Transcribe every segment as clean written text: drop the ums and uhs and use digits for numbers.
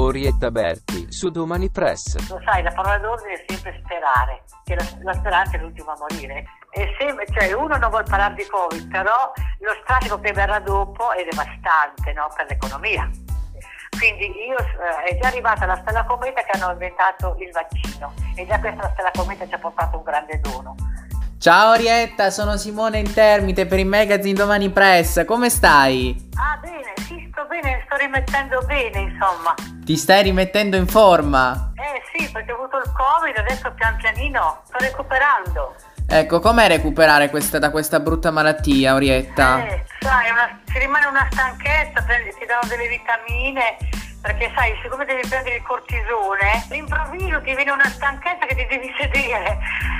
Orietta Berti, su Domani Press. Lo sai, la parola d'ordine è sempre sperare, che la speranza è l'ultima a morire. E cioè uno non vuole parlare di Covid, però lo strascico che verrà dopo è devastante, no? Per l'economia. Quindi è già arrivata la Stella Cometa che hanno inventato il vaccino e già questa Stella Cometa ci ha portato un grande dono. Ciao Orietta, sono Simone Intermite per il magazine Domani Press, come stai? Ah bene, sì, sto bene, mi sto rimettendo bene, insomma. Ti stai rimettendo in forma? Sì, perché ho avuto il Covid, adesso pian pianino sto recuperando. Ecco, com'è recuperare da questa brutta malattia, Orietta? Sai, ci rimane una stanchezza, ti danno delle vitamine, perché sai, siccome devi prendere il cortisone, all'improvviso ti viene una stanchezza che ti devi sedere.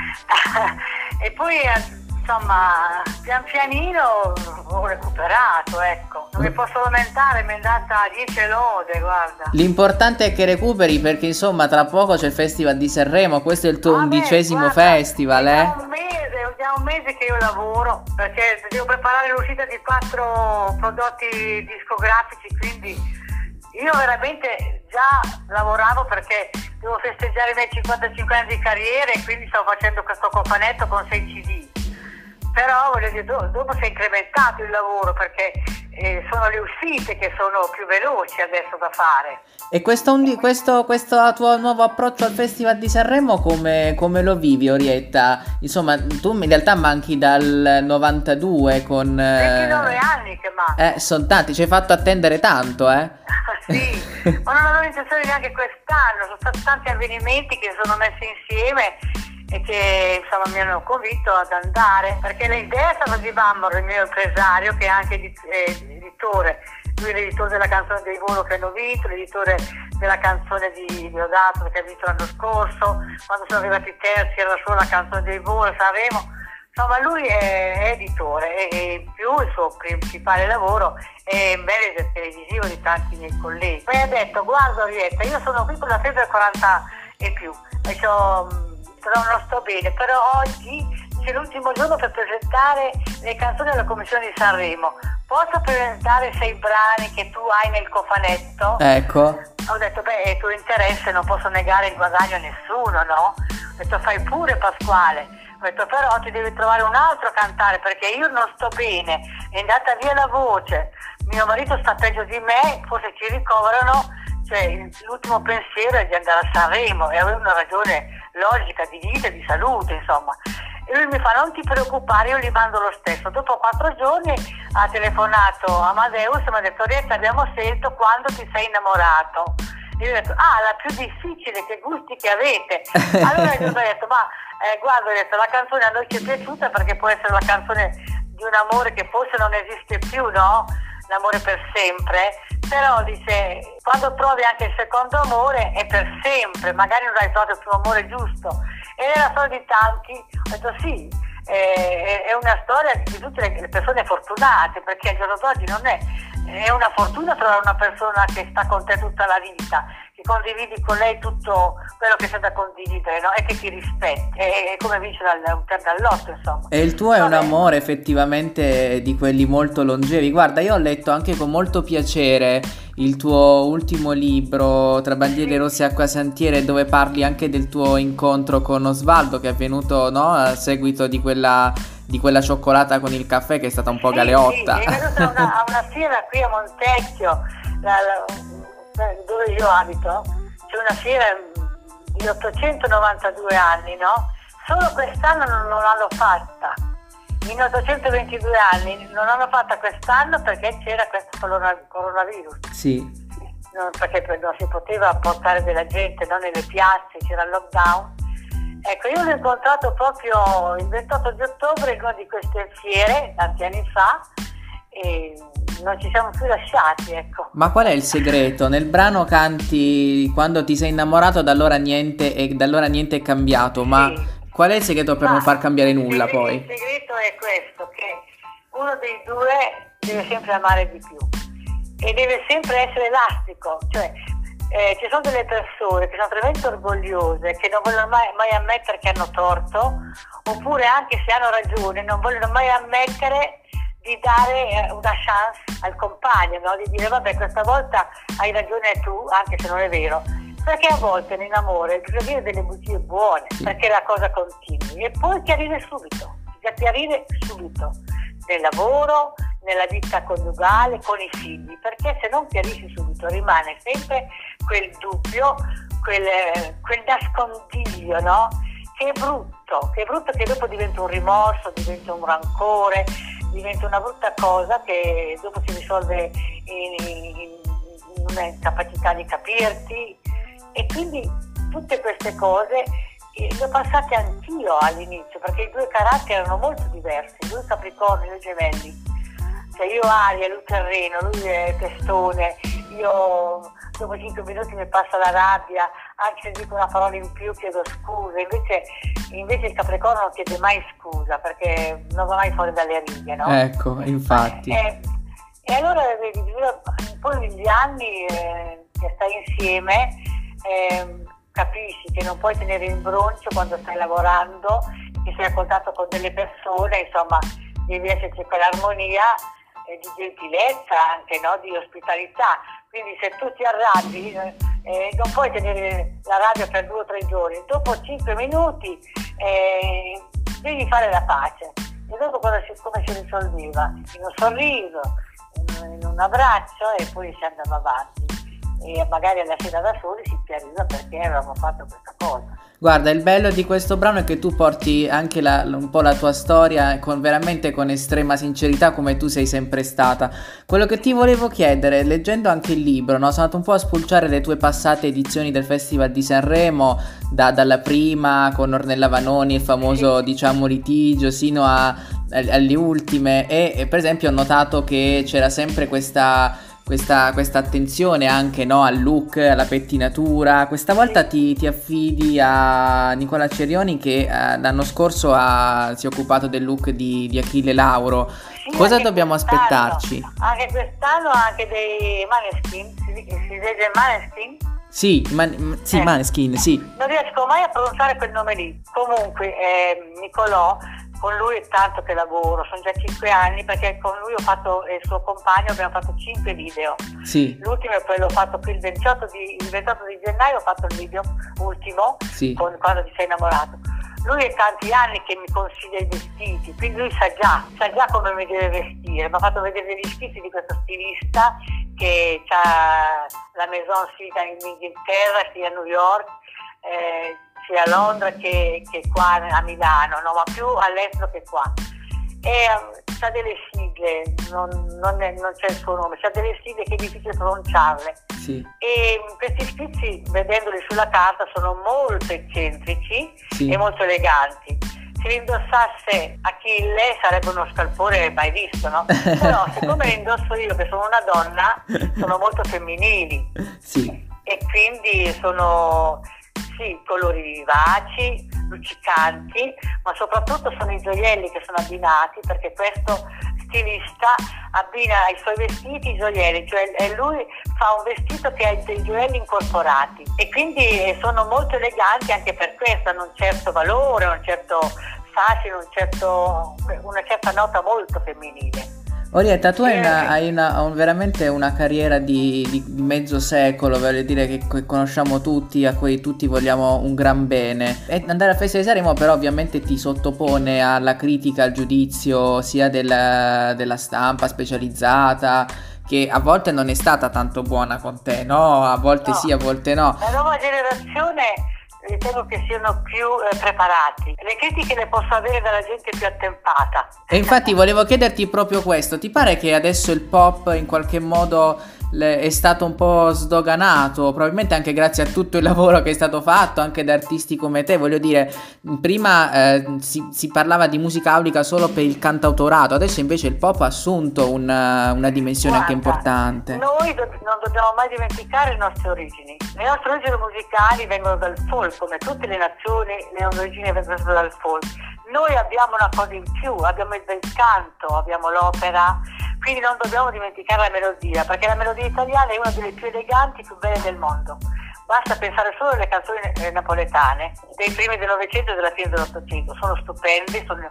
E poi, insomma, pian pianino ho recuperato, ecco. Non mi posso lamentare, mi è andata 10 lode, guarda. L'importante è che recuperi perché, insomma, tra poco c'è il Festival di Sanremo, questo è il tuo 11° festival, È già un mese che io lavoro, perché devo preparare l'uscita di 4 prodotti discografici, quindi io veramente già lavoravo perché devo festeggiare i miei 55 anni di carriera e quindi stavo facendo questo cofanetto con 6 CD. Però voglio dire, dopo si è incrementato il lavoro perché sono le uscite che sono più veloci adesso da fare. E questo tuo nuovo approccio al Festival di Sanremo come lo vivi, Orietta? Insomma, tu in realtà manchi dal 92 con... 29 anni che manco. Sono tanti, ci hai fatto attendere tanto, Sì, ma non avevo intenzione neanche quest'anno, sono stati tanti avvenimenti che sono messi insieme e che insomma mi hanno convinto ad andare, perché l'idea è stata di Bammaro, il mio impresario, che è anche editore. Lui è l'editore della canzone dei Volo che hanno vinto, l'editore della canzone di Diodato che ha vinto l'anno scorso, quando sono arrivati terzi era solo la canzone dei Volo, Sanremo. Insomma, lui è editore e in più il suo principale lavoro è manager televisivo di tanti miei colleghi. Poi ha detto: guarda Orietta, io sono qui con la febbre 40 e più, però non sto bene, però oggi c'è l'ultimo giorno per presentare le canzoni della Commissione di Sanremo. Posso presentare 6 brani che tu hai nel cofanetto? Ecco. Ho detto, è tuo interesse, non posso negare il guadagno a nessuno, no? Ho detto, fai pure Pasquale. Ho detto, però ti devi trovare un altro cantare perché io non sto bene, è andata via la voce, mio marito sta peggio di me, forse ci ricoverano, cioè l'ultimo pensiero è di andare a Sanremo e aveva una ragione logica di vita e di salute, insomma. E lui mi fa: non ti preoccupare, io li mando lo stesso. Dopo 4 giorni ha telefonato Amadeus e mi ha detto: Orietta, abbiamo scelto quando ti sei innamorato. E io ho detto: la più difficile, che gusti che avete. Allora io ho detto: guarda, ho detto, la canzone a noi ci è piaciuta perché può essere la canzone di un amore che forse non esiste più, no? L'amore per sempre, però dice, quando trovi anche il secondo amore è per sempre, magari non hai trovato il primo amore giusto. Ed è la storia di tanti. Ho detto sì, è una storia di tutte le persone fortunate, perché al giorno d'oggi non è una fortuna trovare una persona che sta con te tutta la vita, che condividi con lei tutto quello che c'è da condividere, no? E che ti rispetti, è come vincere dall'otto, insomma. E il tuo è un amore effettivamente di quelli molto longevi. Guarda, io ho letto anche con molto piacere il tuo ultimo libro, Tra bandiere rosse e acquasantiere, dove parli anche del tuo incontro con Osvaldo, che è avvenuto, no, a seguito di quella cioccolata con il caffè che è stata un po' galeotta. Sì, è venuta a una fiera qui a Montecchio, dove io abito, c'è una fiera di 892 anni, no? Solo quest'anno non l'hanno fatta. In 822 anni non l'hanno fatta quest'anno perché c'era questo coronavirus. Sì. Perché non si poteva portare della gente, non nelle piazze, c'era il lockdown. Ecco, io l'ho incontrato proprio il 28 di ottobre in una di queste fiere, tanti anni fa, e non ci siamo più lasciati, ecco. Ma qual è il segreto? Nel brano canti quando ti sei innamorato, da allora niente è cambiato, ma qual è il segreto per non far cambiare nulla poi? Il segreto è questo, che uno dei due deve sempre amare di più e deve sempre essere elastico, cioè ci sono delle persone che sono tremendamente orgogliose, che non vogliono mai ammettere che hanno torto, oppure anche se hanno ragione non vogliono mai ammettere di dare una chance al compagno, no? Di dire vabbè, questa volta hai ragione tu, anche se non è vero, perché a volte nell'amore bisogna dire delle bugie buone, perché la cosa continui, e poi chiarire subito, nel lavoro, nella vita coniugale, con i figli, perché se non chiarisci subito rimane sempre quel dubbio, quel nascondiglio, no? Che è brutto, che dopo diventa un rimorso, diventa un rancore, diventa una brutta cosa che dopo si risolve in una incapacità di capirti, e quindi tutte queste cose le ho passate anch'io all'inizio, perché i due caratteri erano molto diversi, lui Capricorno, io Gemelli, cioè io Aria, lui Terreno, lui è Testone, io dopo 5 minuti mi passa la rabbia, anche se dico una parola in più chiedo scusa, invece il Capricorno non chiede mai scusa perché non va mai fuori dalle righe, no? Ecco, infatti. E allora vedi, poi negli anni che stai insieme capisci che non puoi tenere in broncio quando stai lavorando, che sei a contatto con delle persone, insomma devi esserci quell'armonia di gentilezza anche, no? Di ospitalità, quindi se tu ti arrabbi non puoi tenere la rabbia per 2 o 3 giorni, dopo 5 minuti devi fare la pace, e dopo come si risolveva? In un sorriso, in un abbraccio, e poi si andava avanti, e magari alla sera da soli si chiariva perché avevamo fatto questa cosa. Guarda, il bello di questo brano è che tu porti anche un po' la tua storia veramente con estrema sincerità, come tu sei sempre stata. Quello che ti volevo chiedere, leggendo anche il libro, no? Sono andato un po' a spulciare le tue passate edizioni del Festival di Sanremo, dalla prima con Ornella Vanoni, il famoso diciamo litigio, sino alle ultime, e per esempio ho notato che c'era sempre questa attenzione anche, no, al look, alla pettinatura. Questa volta ti affidi a Nicola Cerioni, che l'anno scorso si è occupato del look di Achille Lauro. Sì, cosa dobbiamo aspettarci? Anche quest'anno anche dei Maneskin, si legge Maneskin? Sì, Maneskin, sì. Non riesco mai a pronunciare quel nome lì. Comunque Nicolò, con lui è tanto che lavoro, sono già 5 anni, perché con lui ho fatto, e il suo compagno, abbiamo fatto 5 video. Sì. L'ultimo poi l'ho fatto qui il 28 di gennaio, ho fatto il video ultimo, sì, quando ti sei innamorato. Lui è tanti anni che mi consiglia i vestiti, quindi lui sa già come mi deve vestire. Mi ha fatto vedere degli vestiti di questo stilista che ha la Maison sia in Inghilterra, sia a New York, sia a Londra che qua a Milano, no, ma più all'estero che qua. E c'ha delle sigle, non c'è il suo nome, c'ha delle sigle che è difficile pronunciarle. Sì. E questi schizzi, vedendoli sulla carta, sono molto eccentrici, sì, e molto eleganti. Se li indossasse Achille sarebbe uno scalpore mai visto, no? Però siccome li indosso io, che sono una donna, sono molto femminili. Sì. E quindi sono colori vivaci, luccicanti, ma soprattutto sono i gioielli che sono abbinati, perché questo stilista abbina ai suoi vestiti i gioielli, cioè lui fa un vestito che ha dei gioielli incorporati, e quindi sono molto eleganti anche per questo, hanno un certo valore, un certo fascino, una certa nota molto femminile. Orietta, tu hai veramente una carriera di mezzo secolo, voglio dire, che conosciamo tutti, a cui tutti vogliamo un gran bene. E andare al Festival di Sanremo però ovviamente ti sottopone alla critica, al giudizio sia della stampa specializzata, che a volte non è stata tanto buona con te, no? A volte sì, a volte no. La nuova generazione ritengo che siano più preparati. Le critiche le posso avere dalla gente più attempata. E infatti volevo chiederti proprio questo: ti pare che adesso il pop in qualche modo è stato un po' sdoganato, probabilmente anche grazie a tutto il lavoro che è stato fatto anche da artisti come te? Voglio dire, prima si parlava di musica aulica solo per il cantautorato, adesso invece il pop ha assunto una dimensione anche importante. Noi non dobbiamo mai dimenticare le nostre origini. Le nostre origini musicali vengono dal folk, come tutte le nazioni, le origini vengono dal folk. Noi abbiamo una cosa in più, abbiamo il bel canto, abbiamo l'opera, quindi non dobbiamo dimenticare la melodia, perché la melodia italiana è una delle più eleganti, più belle del mondo. Basta pensare solo alle canzoni napoletane dei primi del Novecento e della fine dell'Ottocento, sono stupende,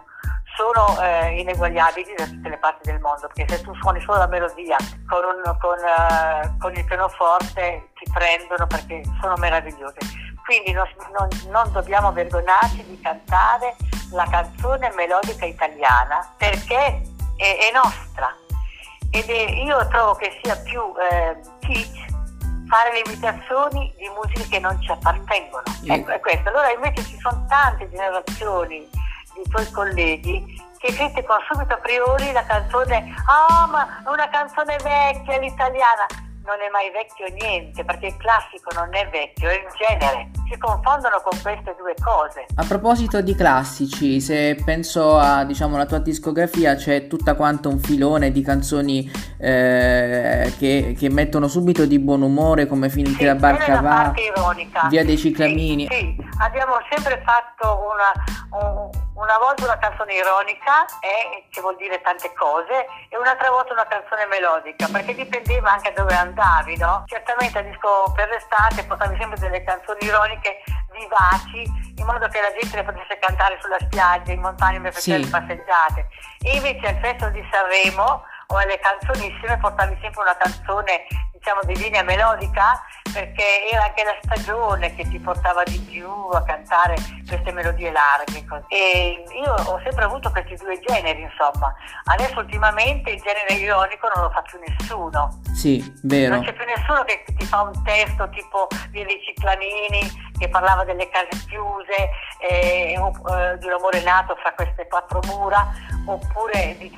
sono ineguagliabili da tutte le parti del mondo, perché se tu suoni solo la melodia con il pianoforte ti prendono, perché sono meravigliose. Quindi non dobbiamo vergognarci di cantare la canzone melodica italiana, perché è nostra, io trovo che sia più kitsch fare le imitazioni di musiche che non ci appartengono. Ecco, è questo. Allora invece ci sono tante generazioni di tuoi colleghi che criticano subito a priori la canzone, ma è una canzone vecchia, l'italiana. Non è mai vecchio niente, perché il classico non è vecchio, è il genere. Si confondono con queste due cose. A proposito di classici, se penso a, diciamo, la tua discografia, c'è tutta quanta un filone di canzoni che mettono subito di buon umore, come Finché la barca va, Via dei Ciclamini. Sì, abbiamo sempre fatto una volta una canzone ironica, che vuol dire tante cose, e un'altra volta una canzone melodica, perché dipendeva anche da dove andavi, no? Certamente a disco per l'estate portavi sempre delle canzoni ironiche vivaci, in modo che la gente le potesse cantare sulla spiaggia, in montagna, per le passeggiate. E invece al Festival di Sanremo o alle canzonissime portavi sempre una canzone, diciamo, di linea melodica, perché era anche la stagione che ti portava di più a cantare queste melodie larghe. E io ho sempre avuto questi due generi, insomma. Adesso ultimamente il genere ironico non lo fa più nessuno. Sì, vero. Non c'è più nessuno che ti fa un testo tipo Via dei Ciclamini, che parlava delle case chiuse, di un amore nato fra queste quattro mura, oppure di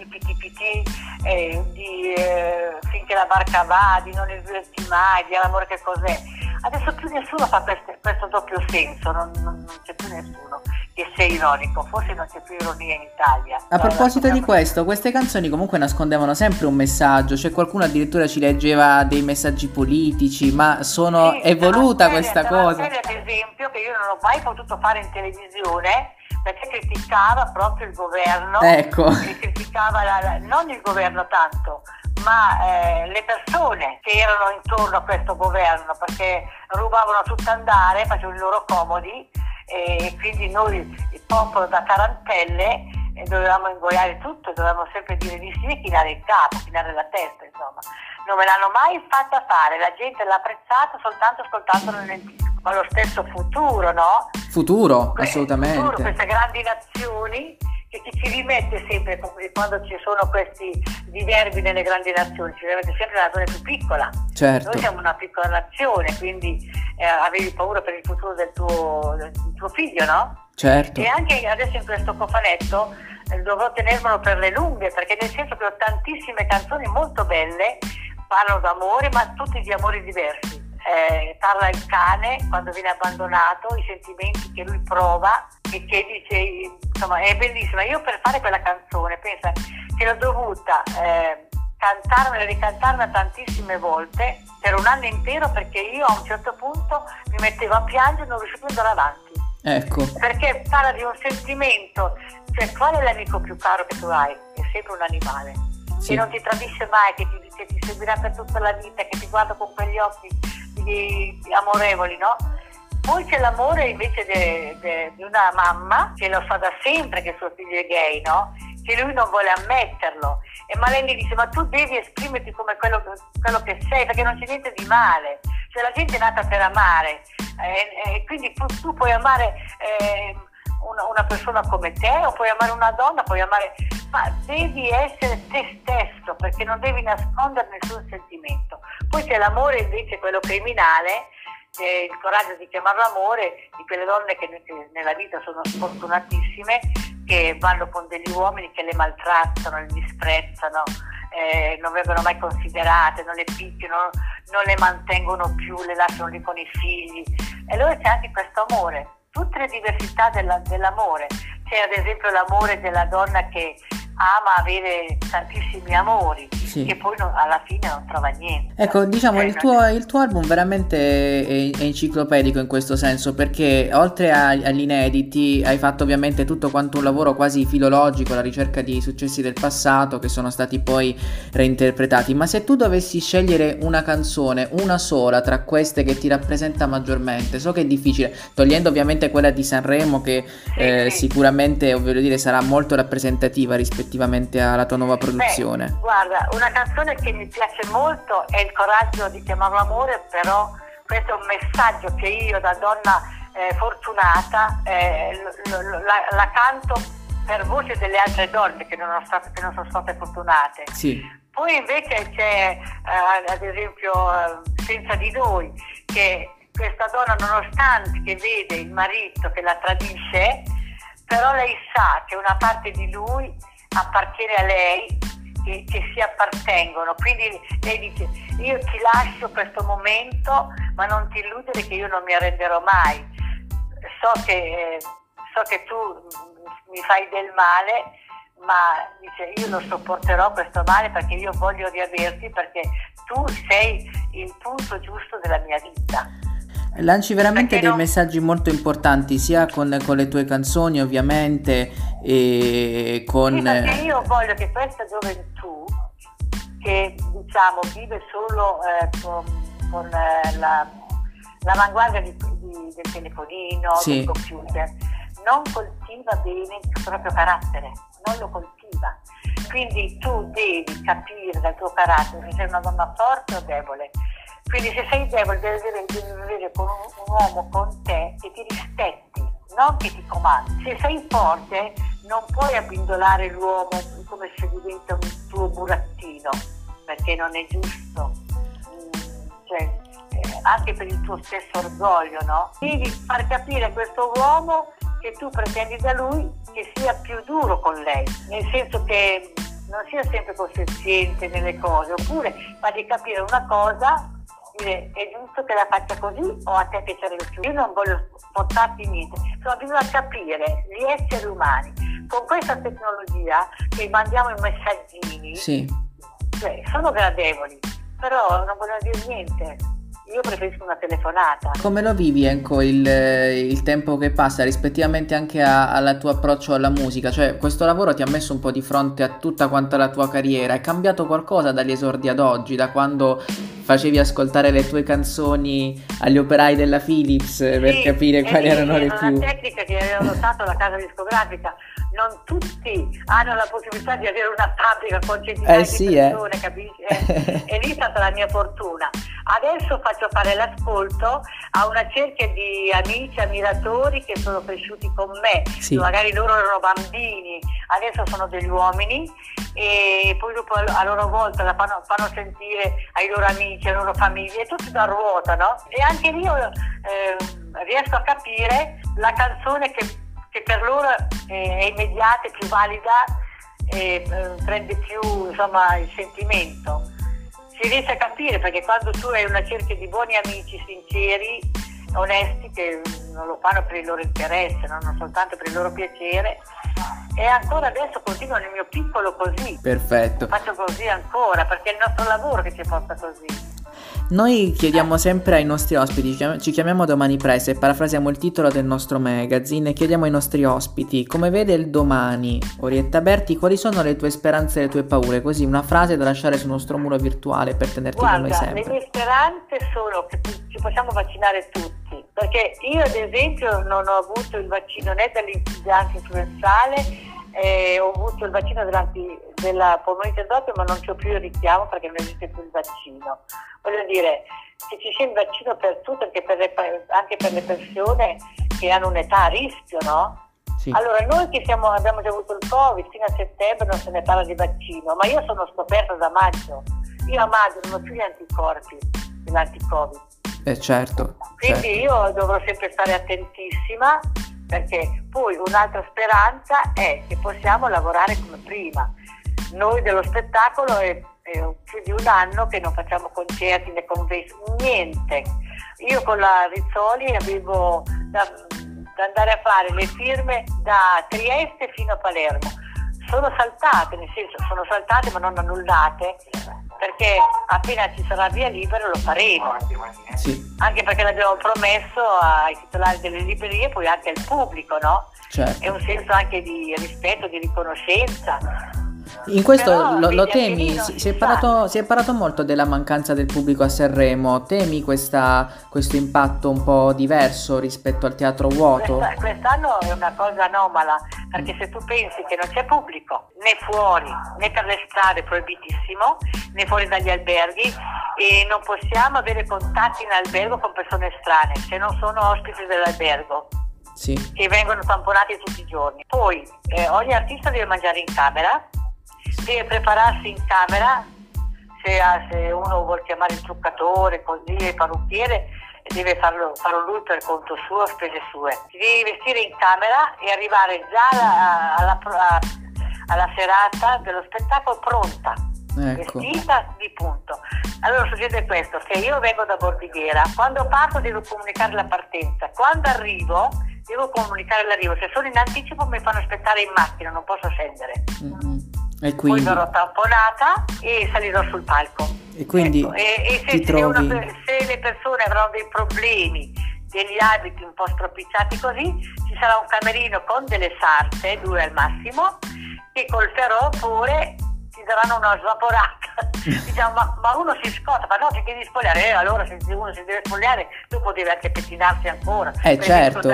di Finché la barca va, di Non illuderti mai, di L'amore che cos'è. Adesso più nessuno fa questo doppio senso, non c'è più nessuno che sia ironico, forse non c'è più ironia in Italia. A proposito di questo, queste canzoni comunque nascondevano sempre un messaggio, cioè qualcuno addirittura ci leggeva dei messaggi politici, ma è voluta questa cosa. Ad esempio, che io non ho mai potuto fare in televisione, perché criticava proprio il governo, ecco. E criticava non il governo tanto, ma le persone che erano intorno a questo governo, perché rubavano tutto andare, facevano i loro comodi, e quindi noi, il popolo da tarantelle, dovevamo ingoiare tutto, dovevamo sempre dire di sì e chinare il capo, chinare la testa, insomma. Non me l'hanno mai fatta fare, la gente l'ha apprezzato soltanto ascoltandolo nel disco. Ma lo stesso futuro, no? Futuro, assolutamente. Futuro, queste grandi nazioni che ci rimette sempre, quando ci sono questi diverbi nelle grandi nazioni, ci rimette sempre la nazione più piccola. Certo. Noi siamo una piccola nazione, quindi avevi paura per il futuro del tuo figlio, no? Certo. E anche adesso in questo cofanetto dovrò tenermelo per le lunghe, perché nel senso che ho tantissime canzoni molto belle, parlano d'amore, ma tutti di amori diversi. Parla il cane quando viene abbandonato, i sentimenti che lui prova e che dice, insomma, è bellissima. Io per fare quella canzone, pensa che l'ho dovuta cantarmela e ricantarla tantissime volte per un anno intero, perché io a un certo punto mi mettevo a piangere e non riuscivo più ad andare avanti. Ecco. Perché parla di un sentimento, cioè qual è l'amico più caro che tu hai? È sempre un animale, sì, che non ti tradisce mai, che ti seguirà per tutta la vita, che ti guarda con quegli occhi amorevoli, no? Poi c'è l'amore invece di una mamma che lo sa da sempre che suo figlio è gay, no? Che lui non vuole ammetterlo, ma lei gli dice: ma tu devi esprimerti come quello che sei, perché non c'è niente di male, cioè la gente è nata per amare, quindi tu puoi amare una persona come te, o puoi amare una donna, puoi amare, ma devi essere te stesso, perché non devi nascondere nessun sentimento. Poi c'è l'amore invece, quello criminale, il coraggio di chiamarlo amore, di quelle donne che nella vita sono sfortunatissime, che vanno con degli uomini che le maltrattano, le disprezzano, non vengono mai considerate, non le picchiano, non le mantengono più, le lasciano lì con i figli. E allora c'è anche questo amore, tutte le diversità dell'amore. C'è ad esempio l'amore della donna che ama avere tantissimi amori, Sì. che poi alla fine non trova niente. Ecco, diciamo, il tuo album veramente è enciclopedico in questo senso, perché oltre agli inediti hai fatto ovviamente tutto quanto un lavoro quasi filologico, la ricerca di successi del passato che sono stati poi reinterpretati. Ma se tu dovessi scegliere una canzone, una sola tra queste che ti rappresenta maggiormente, so che è difficile, togliendo ovviamente quella di Sanremo che Sì. sicuramente, voglio dire, sarà molto rappresentativa rispettivamente alla tua nuova produzione. Beh, guarda, una canzone che mi piace molto è Il coraggio di chiamarlo amore, però questo è un messaggio che io da donna fortunata la canto per voce delle altre donne che non sono state fortunate. Sì. Poi invece c'è ad esempio Senza di noi, che questa donna, nonostante che vede il marito che la tradisce, però lei sa che una parte di lui appartiene a lei, che si appartengono, quindi lei dice: io ti lascio questo momento, ma non ti illudere che io non mi arrenderò mai. So che tu mi fai del male, ma dice io non sopporterò questo male perché io voglio riaverti, perché tu sei il punto giusto della mia vita. Lanci veramente dei messaggi molto importanti, sia con le tue canzoni ovviamente e con... Sì, perché io voglio che questa gioventù, che diciamo vive solo con l'avanguardia del telefonino, sì, del computer, non coltiva bene il proprio carattere, non lo coltiva. Quindi tu devi capire dal tuo carattere se sei una donna forte o debole. Quindi se sei debole devi vivere con un uomo con te che ti rispetti, non che ti comandi. Se sei forte non puoi abbindolare l'uomo come se diventa un tuo burattino, perché non è giusto. Cioè, anche per il tuo stesso orgoglio, no? Devi far capire a questo uomo che tu pretendi da lui che sia più duro con lei, nel senso che non sia sempre consenziente nelle cose, oppure fargli capire una cosa, dire è giusto che la faccia così o a te piacerebbe più. Io non voglio portarti niente, insomma bisogna capire gli esseri umani. Con questa tecnologia che mandiamo i messaggini, sì, cioè, sono gradevoli, però non vogliono dire niente. Io preferisco una telefonata. Come lo vivi, ecco, il tempo che passa rispettivamente anche al tuo approccio alla musica? Cioè, questo lavoro ti ha messo un po' di fronte a tutta quanta la tua carriera. È cambiato qualcosa dagli esordi ad oggi, da quando facevi ascoltare le tue canzoni agli operai della Philips per capire quali erano le più... È una tecnica che aveva adottato la casa discografica. Non tutti hanno la possibilità di avere una fabbrica con centinaia di persone, capisci? E lì è stata la mia fortuna. Adesso faccio fare l'ascolto a una cerchia di amici, ammiratori che sono cresciuti con me, sì. Magari loro erano bambini, adesso sono degli uomini e poi dopo a loro volta la fanno sentire ai loro amici, alle loro famiglie, tutti da ruota, no? E anche io riesco a capire la canzone che per loro è immediata, è più valida e prende più, insomma, il sentimento. Si riesce a capire, perché quando tu hai una cerchia di buoni amici sinceri, onesti, che non lo fanno per il loro interesse, non soltanto per il loro piacere, e ancora adesso continuo nel mio piccolo così. Perfetto. Faccio così ancora, perché è il nostro lavoro che ci porta così. Noi chiediamo sempre ai nostri ospiti, ci chiamiamo Domani Press e parafrasiamo il titolo del nostro magazine e chiediamo ai nostri ospiti: come vede il domani Orietta Berti, quali sono le tue speranze e le tue paure? Così una frase da lasciare sul nostro muro virtuale per tenerti con noi sempre. Le mie speranze sono che ci possiamo vaccinare tutti, perché io ad esempio non ho avuto il vaccino né dell'influenza influenzale, ho avuto il vaccino della polmonite doppia, ma non c'ho più il richiamo perché non esiste più il vaccino. Voglio dire che ci sia il vaccino per tutti, anche per le persone che hanno un'età a rischio, no? Sì. Allora noi che abbiamo già avuto il Covid, fino a settembre non se ne parla di vaccino, ma io sono scoperta da maggio. Io a maggio non ho più gli anticorpi dell'anti-Covid. Certo. Quindi io dovrò sempre stare attentissima, perché poi un'altra speranza è che possiamo lavorare come prima. Noi dello spettacolo è più di un anno che non facciamo concerti né convegni, niente. Io con la Rizzoli avevo da andare a fare le firme da Trieste fino a Palermo. sono saltate, nel senso sono saltate ma non annullate, perché appena ci sarà via libera lo faremo, Sì, anche perché l'abbiamo promesso ai titolari delle librerie e poi anche al pubblico, no? È un certo. senso anche di rispetto, di riconoscenza. In questo Però lo vedi, anche lì temi, non si si è sa. parlato molto della mancanza del pubblico a Sanremo, temi questo impatto un po' diverso rispetto al teatro vuoto? Quest'anno è una cosa anomala, perché se tu pensi che non c'è pubblico né fuori né per le strade, proibitissimo, né fuori dagli alberghi, e non possiamo avere contatti in albergo con persone estranee se non sono ospiti dell'albergo, Sì, che vengono tamponati tutti i giorni. Poi ogni artista deve mangiare in camera, deve prepararsi in camera, se uno vuol chiamare il truccatore, così, il parrucchiere, deve farlo lui per conto suo, a spese sue. Si deve vestire in camera e arrivare già alla serata dello spettacolo pronta, ecco. vestita di punto. Allora succede questo, che io vengo da Bordighera, quando parto devo comunicare la partenza, quando arrivo devo comunicare l'arrivo, se sono in anticipo mi fanno aspettare in macchina, non posso scendere. E Poi quindi, verrò tamponata e salirò sul palco. e quindi Ecco, e ti trovi... se le persone avranno dei problemi, degli abiti un po' stropicciati così, ci sarà un camerino con delle sarte, 2 al massimo, che col ferro pure ti daranno una svaporata. Diciamo, ma uno si scotta, ma no, ti devi spogliare, allora se uno si deve spogliare dopo deve anche pettinarsi ancora. certo.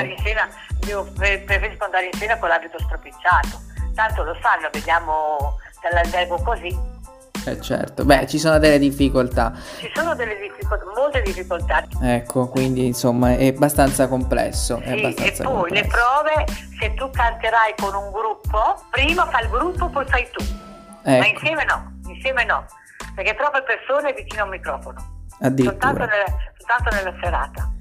Preferisco andare in scena con l'abito stropicciato, tanto lo sanno, vediamo dall'albergo così. Certo, beh, ci sono delle difficoltà. Ci sono molte difficoltà. Ecco, quindi insomma è abbastanza complesso. È Sì, abbastanza e poi complesso. le prove, se tu canterai con un gruppo, prima fa il gruppo, poi fai tu. Ma Ecco, insieme no, perché troppe persone vicino a un microfono, addirittura. soltanto nella serata.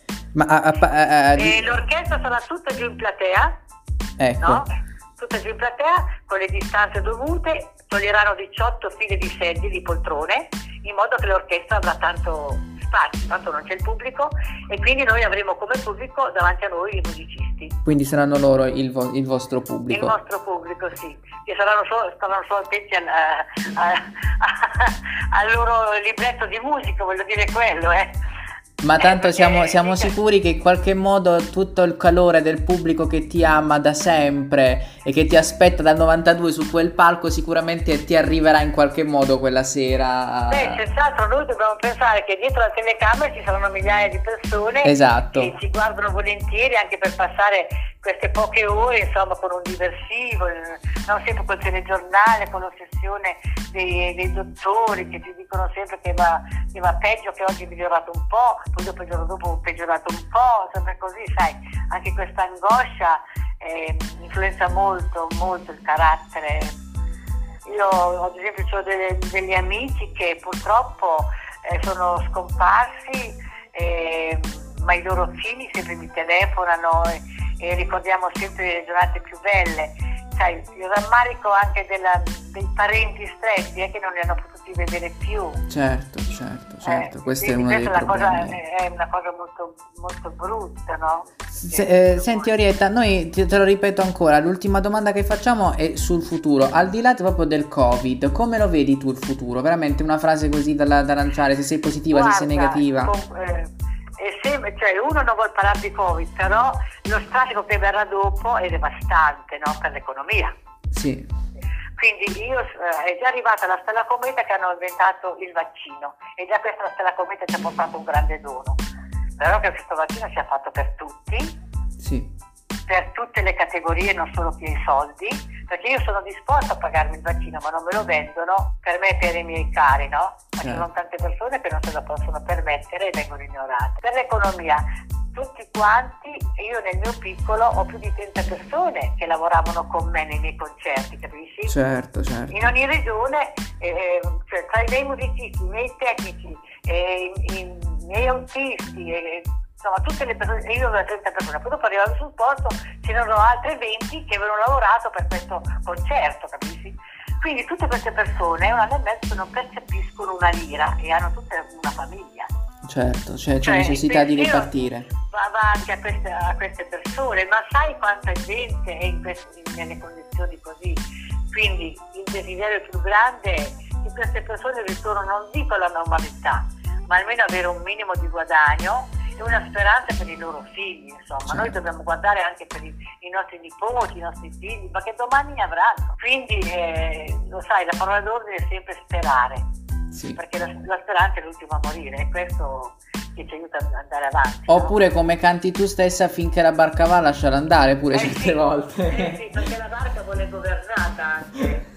Ma E l'orchestra sarà tutta giù in platea, ecco, no? Tutta giù in platea, con le distanze dovute, toglieranno 18 file di sedili, di poltrone, in modo che l'orchestra avrà tanto spazio, tanto non c'è il pubblico, e quindi noi avremo come pubblico davanti a noi i musicisti. quindi saranno loro il vostro Il pubblico. nostro pubblico, sì, che staranno solo attenti al loro libretto di musica, voglio dire quello, Ma tanto siamo perché- sicuri che in qualche modo tutto il calore del pubblico che ti ama da sempre e che ti aspetta dal 92 su quel palco sicuramente ti arriverà in qualche modo quella sera. Senz'altro noi dobbiamo pensare che dietro la telecamera ci saranno migliaia di persone Esatto. che ci guardano volentieri anche per passare queste poche ore, insomma, con un diversivo, non sempre col telegiornale, con l'ossessione dei dottori che ti dicono sempre che va peggio, che oggi è migliorato un po', poi dopo il giorno dopo è peggiorato un po', sempre così, sai, anche questa angoscia influenza molto, molto il carattere. Io ad esempio ho degli amici che purtroppo sono scomparsi, ma i loro figli sempre mi telefonano e ricordiamo sempre le giornate più belle. Sai, il rammarico anche dei parenti stretti è che non li hanno potuti vedere più. Certo, questo è uno dei questa problemi. è una cosa molto, molto brutta, no? Senti Orietta, noi te lo ripeto ancora, l'ultima domanda che facciamo è sul futuro, al di là proprio del Covid, come lo vedi tu il futuro? Veramente una frase così da lanciare, se sei positiva, se sei negativa. Cioè, uno non vuole parlare di Covid, però lo strascico che verrà dopo è devastante, no? Per l'economia. Sì. Quindi è già arrivata la Stella Cometa che hanno inventato il vaccino, e già questa Stella Cometa ci ha portato un grande dono, però che questo vaccino sia fatto per tutti, Sì. per tutte le categorie, non solo chi ha i soldi, perché io sono disposta a pagarmi il vaccino, ma non me lo vendono per me e per i miei cari, no? Ma ci sono tante persone che non se lo possono permettere e vengono ignorate. Per l'economia, tutti quanti, io nel mio piccolo ho più di 30 persone che lavoravano con me nei miei concerti, capisci? Certo. In ogni regione, cioè, tra i miei musicisti, i miei tecnici, i miei autisti, insomma tutte le persone, e io avevo 30 persone, poi dopo arrivavo sul posto, c'erano altre 20 che avevano lavorato per questo concerto, capisci? Quindi tutte queste persone un anno e mezzo non percepiscono una lira e hanno tutte una famiglia. Certo, c'è necessità di ripartire. Va avanti a queste persone, ma sai quanta gente è nelle condizioni così? Quindi il desiderio più grande è che queste persone ritornino, non dico alla normalità, ma almeno avere un minimo di guadagno e una speranza per i loro figli, insomma. Certo. Noi dobbiamo guardare anche per i nostri nipoti, i nostri figli, ma che domani ne avranno. Quindi, lo sai, la parola d'ordine è sempre sperare, Sì. perché la speranza è l'ultima a morire, e questo che ci aiuta ad andare avanti. Oppure, come canti tu stessa, finché la barca va, lasciala andare pure certe sì, volte. sì, perché la barca vuole governata anche.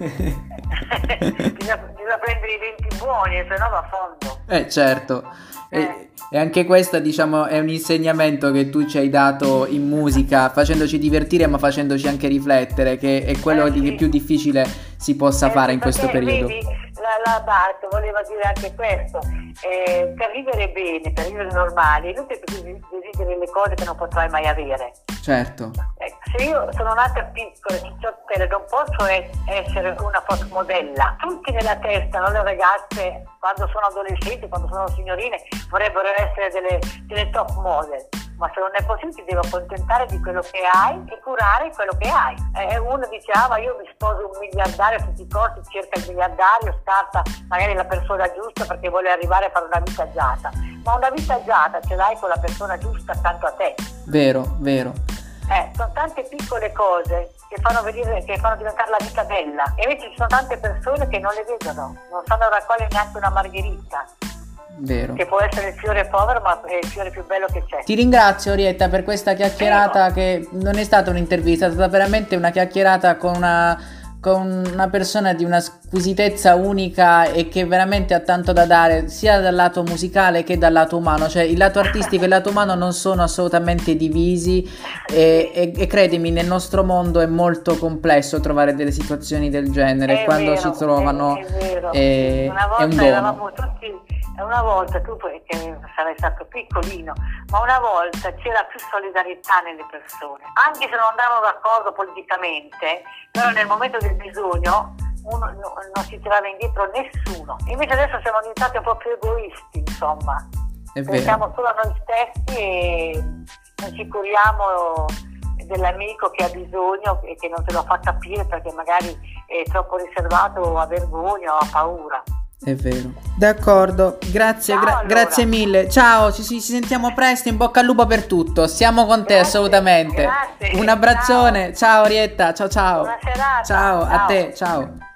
bisogna prendere i venti buoni, se no va a fondo. Certo. E anche questa, diciamo, è un insegnamento che tu ci hai dato in musica, facendoci divertire ma facendoci anche riflettere, che è quello Sì. che più difficile si possa fare in questo Perché, periodo. vedi, la barca voleva dire anche questo, per vivere bene, per vivere normali, non che desideri le cose che non potrai mai avere. Certo. Se io sono nata piccola, cicciottella, non posso essere una postmodella. Tutti nella testa, no, le ragazze, quando sono adolescenti, quando sono signorine, vorrebbero essere delle top model. Ma se non è possibile ti devo accontentare di quello che hai e curare quello che hai. Uno dice, ma io mi sposo un miliardario a tutti i costi, cerca il miliardario, scarta magari la persona giusta perché vuole arrivare a fare una vita agiata. Ma una vita agiata ce l'hai con la persona giusta accanto a te. Vero, vero. Sono tante piccole cose che fanno diventare la vita bella, e invece ci sono tante persone che non le vedono, non sanno raccogliere neanche una margherita, Vero. che può essere il fiore povero ma è il fiore più bello che c'è. Ti ringrazio, Orietta, per questa chiacchierata, che non è stata un'intervista, è stata veramente una chiacchierata con una persona di una squisitezza unica e che veramente ha tanto da dare, sia dal lato musicale che dal lato umano. Cioè il lato artistico e il lato umano non sono assolutamente divisi, e credimi, nel nostro mondo è molto complesso trovare delle situazioni del genere. Quando si trovano è un dono. Una volta, tu che sarai stato piccolino, ma una volta c'era più solidarietà nelle persone, anche se non andavano d'accordo politicamente, però nel momento del bisogno non si tirava indietro nessuno. Invece adesso siamo diventati un po' più egoisti, insomma. Pensiamo solo a noi stessi e non ci curiamo dell'amico che ha bisogno e che non se lo fa capire perché magari è troppo riservato o ha vergogna o ha paura. È vero. D'accordo, grazie, Ciao, grazie mille. Ciao, ci sentiamo presto, in bocca al lupo per tutto. Siamo con te, assolutamente. Grazie. Un abbraccione. Ciao Orietta, ciao. Buona serata. Ciao, a te, ciao.